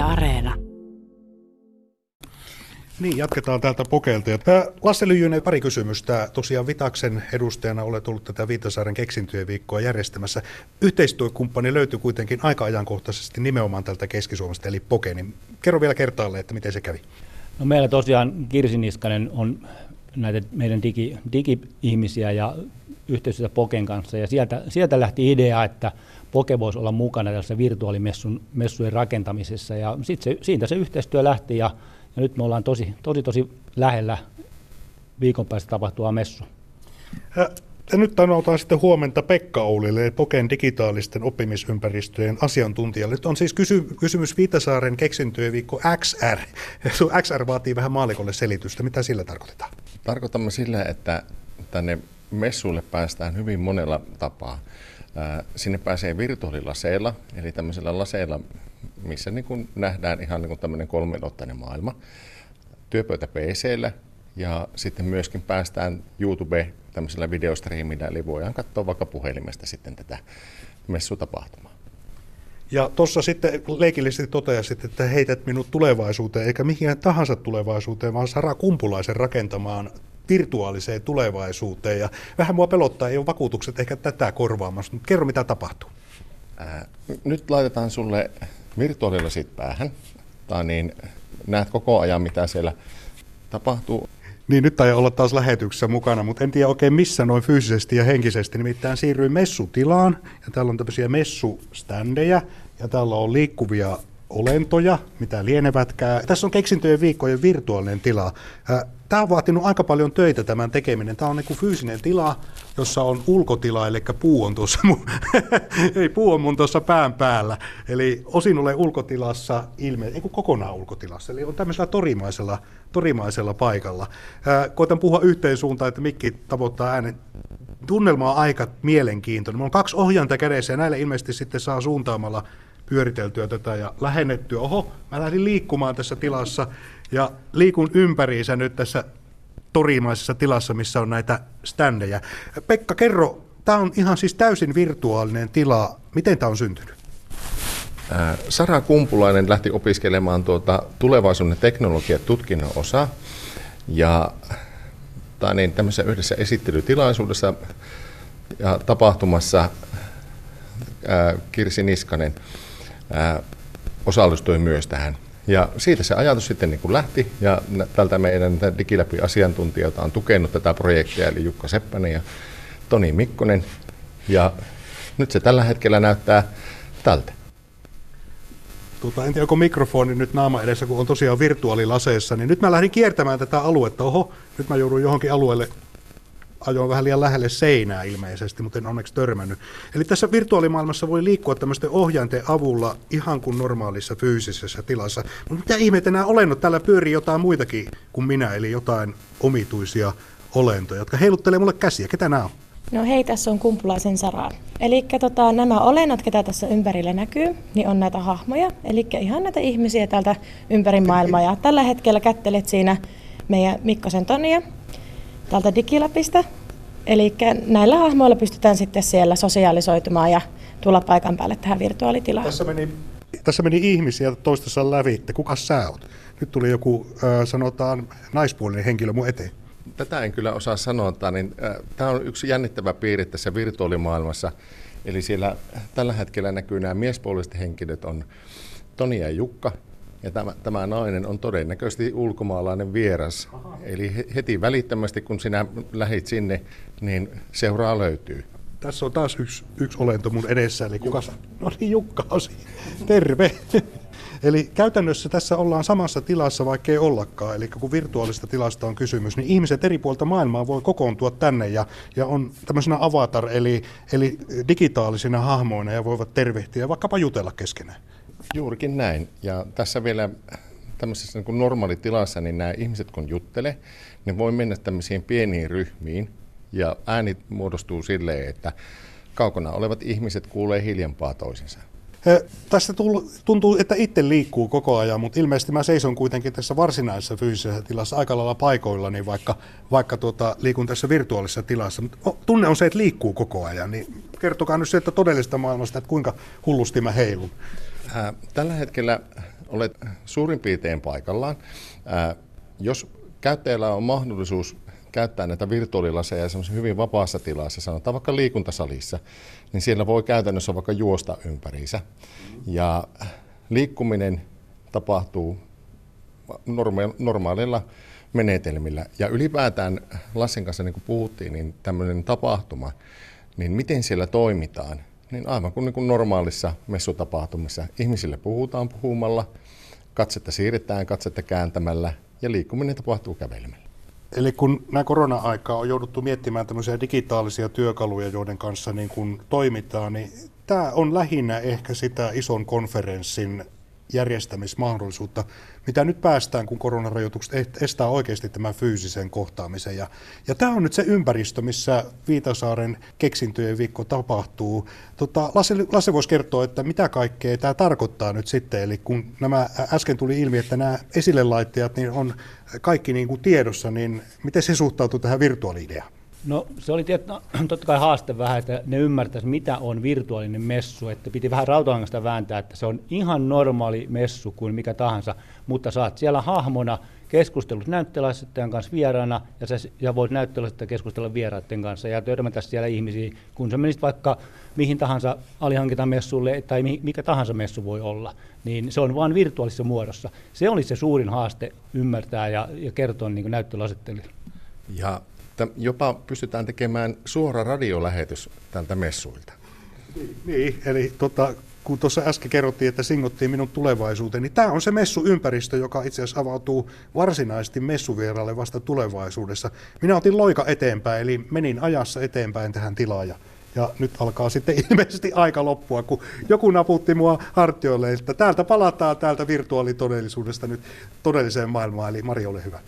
Areena. Niin, jatketaan täältä Pokelta. Lasse Lyijynen, pari kysymystä. Tosiaan Vitaksen edustajana olet ollut tätä Viitasaaren keksintöjen viikkoa järjestämässä. Yhteistyökumppani löytyi kuitenkin aika ajankohtaisesti nimenomaan tältä Keski-Suomesta, eli Poke. Niin kerro vielä kertaalleen, että miten se kävi. No meillä tosiaan Kirsi Niskanen on näitä meidän digi-ihmisiä ja yhteistyötä Poken kanssa. Ja sieltä lähti idea, että Poke voisi olla mukana tässä virtuaalimessujen rakentamisessa. Ja siitä se yhteistyö lähti ja nyt me ollaan tosi lähellä viikon päästä tapahtuvaa messua. Ja nyt anotaan sitten huomenta Pekka Oulille, Poken digitaalisten oppimisympäristöjen asiantuntijalle. Nyt on siis kysymys Viitasaaren keksintöjen viikko XR. XR vaatii vähän maalikolle selitystä. Mitä sillä tarkoitetaan? Tarkoitamme sillä, että tänne messuille päästään hyvin monella tapaa. Sinne pääsee virtuaalilaseilla, eli tämmöisellä laseilla, missä niin kuin nähdään ihan niin kuin tämmöinen kolmiulotteinen maailma, työpöytä PC:llä ja sitten myöskin päästään YouTube tämmöisellä videostriimillä, eli voidaan katsoa vaikka puhelimesta sitten tätä messutapahtumaa. Ja tuossa sitten leikillisesti toteasit, että heität minut tulevaisuuteen, eikä mihin tahansa tulevaisuuteen, vaan Sara Kumpulaisen rakentamaan virtuaaliseen tulevaisuuteen. Ja vähän mua pelottaa, ei ole vakuutukset ehkä tätä korvaamassa, mutta kerro mitä tapahtuu. Nyt laitetaan sulle virtuaalilasit päähän, niin näet koko ajan mitä siellä tapahtuu. Niin, nyt ei olla taas lähetyksessä mukana, mutta en tiedä oikein missä noin fyysisesti ja henkisesti. Nimittäin siirryin messutilaan ja täällä on tämmöisiä messuständejä ja täällä on liikkuvia olentoja, mitä lienevätkään. Tässä on keksintöjen viikkojen virtuaalinen tila. Tämä on vaatinut aika paljon töitä tämän tekeminen. Tämä on niin kuin fyysinen tila, jossa on ulkotila, eli puu on tuossa puu on mun tuossa pään päällä. Eli osin olen ulkotilassa, ei kun kokonaan ulkotilassa, eli on tämmöisellä torimaisella paikalla. Koitan puhua yhteen suuntaan, että mikki tavoittaa äänen. Tunnelma on aika mielenkiintoinen. Mulla on 2 ohjainta kädessä ja näille ilmeisesti sitten saa suuntaamalla pyöriteltyä tätä ja lähennettyä. Oho, mä lähdin liikkumaan tässä tilassa ja liikun ympäriinsä nyt tässä torimaisessa tilassa, missä on näitä ständejä. Pekka, kerro, tämä on ihan siis täysin virtuaalinen tila. Miten tämä on syntynyt? Sara Kumpulainen lähti opiskelemaan tulevaisuuden teknologiatutkinnon osaa ja tämmöisessä yhdessä esittelytilaisuudessa ja tapahtumassa Kirsi Niskanen osallistui myös tähän. Ja siitä se ajatus sitten niin kuin lähti, ja tältä meidän DigiLab-asiantuntijoita on tukenut tätä projektia, eli Jukka Seppänen ja Toni Mikkonen. Ja nyt se tällä hetkellä näyttää tältä. En tiedä, onko mikrofoni nyt naama edessä, kun on tosiaan virtuaalilaseessa, niin nyt mä lähdin kiertämään tätä aluetta. Oho, nyt mä joudun johonkin alueelle. Ajoin vähän liian lähelle seinää ilmeisesti, mutta en onneksi törmännyt. Eli tässä virtuaalimaailmassa voi liikkua tämmöisten ohjainten avulla ihan kuin normaalissa fyysisessä tilassa. Mutta mitä ihmeitä nämä olennot? Täällä pyörii jotain muitakin kuin minä, eli jotain omituisia olentoja, jotka heiluttelee mulle käsiä. Ketä nämä on? No hei, tässä on Kumpulaisen Sara. Eli nämä olennot, ketä tässä ympärillä näkyy, niin on näitä hahmoja. Eli ihan näitä ihmisiä täältä ympäri maailmaa. Ja tällä hetkellä kättelet siinä meidän Mikkosen Tonia täältä DigiLabista. Eli näillä hahmoilla pystytään sitten siellä sosiaalisoitumaan ja tulla paikan päälle tähän virtuaalitilaan. Tässä meni ihmisiä toistensa lävitte. Kukas sä oot? Nyt tuli joku, sanotaan, naispuolinen henkilö mun eteen. Tätä en kyllä osaa sanoa. Tämä on yksi jännittävä piirre tässä virtuaalimaailmassa. Eli siellä tällä hetkellä näkyy nämä miespuoliset henkilöt on Toni ja Jukka. Ja tämä nainen on todennäköisesti ulkomaalainen vieras. Eli heti välittömästi, kun sinä lähdit sinne, niin seuraa löytyy. Tässä on taas yksi olento mun edessä. Eli kuka? No niin, Jukka on siinä. Terve! Eli käytännössä tässä ollaan samassa tilassa, vaikka ei ollakaan. Eli kun virtuaalista tilasta on kysymys, niin ihmiset eri puolilta maailmaa voi kokoontua tänne ja on tämmöisenä avatar, eli digitaalisina hahmoina ja voivat tervehtiä ja vaikkapa jutella keskenään. Juurikin näin. Ja tässä vielä tämmöisessä niin kuin normaalitilassa, niin nämä ihmiset kun juttelee, ne voi mennä tämmöisiin pieniin ryhmiin ja ääni muodostuu silleen, että kaukana olevat ihmiset kuulee hiljempaa toisensa. Tässä tuntuu, että itse liikkuu koko ajan, mutta ilmeisesti mä seison kuitenkin tässä varsinaisessa fyysisessä tilassa aika lailla paikoillani, vaikka liikun tässä virtuaalisessa tilassa. Tunne on se, että liikkuu koko ajan, niin kertokaa nyt se, että todellisesta maailmasta, että kuinka hullusti mä heilun. Tällä hetkellä olet suurin piirtein paikallaan. Jos käyttäjällä on mahdollisuus käyttää näitä virtuaalilaseja semmoisessa hyvin vapaassa tilassa, sanotaan vaikka liikuntasalissa, niin siellä voi käytännössä vaikka juosta ympäriinsä. Ja liikkuminen tapahtuu normaaleilla menetelmillä. Ja ylipäätään Lassen kanssa, niin kuin puhuttiin, niin tämmöinen tapahtuma, niin miten siellä toimitaan, niin aivan kuin, normaalissa messutapahtumissa. Ihmisille puhutaan puhumalla, katsetta siirretään katsetta kääntämällä ja liikkuminen tapahtuu kävelemällä. Eli kun nämä korona-aikaa on jouduttu miettimään tämmöisiä digitaalisia työkaluja, joiden kanssa niin kun toimitaan, niin tämä on lähinnä ehkä sitä ison konferenssin järjestämismahdollisuutta, mitä nyt päästään, kun koronarajoitukset estää oikeasti tämän fyysisen kohtaamisen. Ja tämä on nyt se ympäristö, missä Viitasaaren keksintöjen viikko tapahtuu. Lasse voisi kertoa, että mitä kaikkea tämä tarkoittaa nyt sitten, eli kun nämä äsken tuli ilmi, että nämä esille laittajat niin on kaikki niin kuin tiedossa, niin miten se suhtautuu tähän virtuaali-ideaan? No se oli totta kai haaste vähän, että ne ymmärtäisi, mitä on virtuaalinen messu, että piti vähän rautahangasta vääntää, että se on ihan normaali messu kuin mikä tahansa, mutta saat siellä hahmona keskustelut näyttelijäasettajan kanssa vieraana, ja voit näyttelijäasettajan keskustella vieraiden kanssa ja törmätä siellä ihmisiä, kun sä menisit vaikka mihin tahansa alihankintamessulle tai mikä tahansa messu voi olla, niin se on vain virtuaalisessa muodossa. Se oli se suurin haaste ymmärtää ja kertoa niin näyttelijäasettajille. Ja jopa pystytään tekemään suora radiolähetys tältä messuilta. Niin, eli kun tuossa äsken kerrottiin, että singottiin minun tulevaisuuteen, niin tämä on se messuympäristö, joka itse asiassa avautuu varsinaisesti messuvieraalle vasta tulevaisuudessa. Minä otin loika eteenpäin, eli menin ajassa eteenpäin tähän tilaan, ja nyt alkaa sitten ilmeisesti aika loppua, kun joku naputti mua hartioille, että täältä palataan täältä virtuaalitodellisuudesta nyt todelliseen maailmaan, eli Mari, ole hyvä.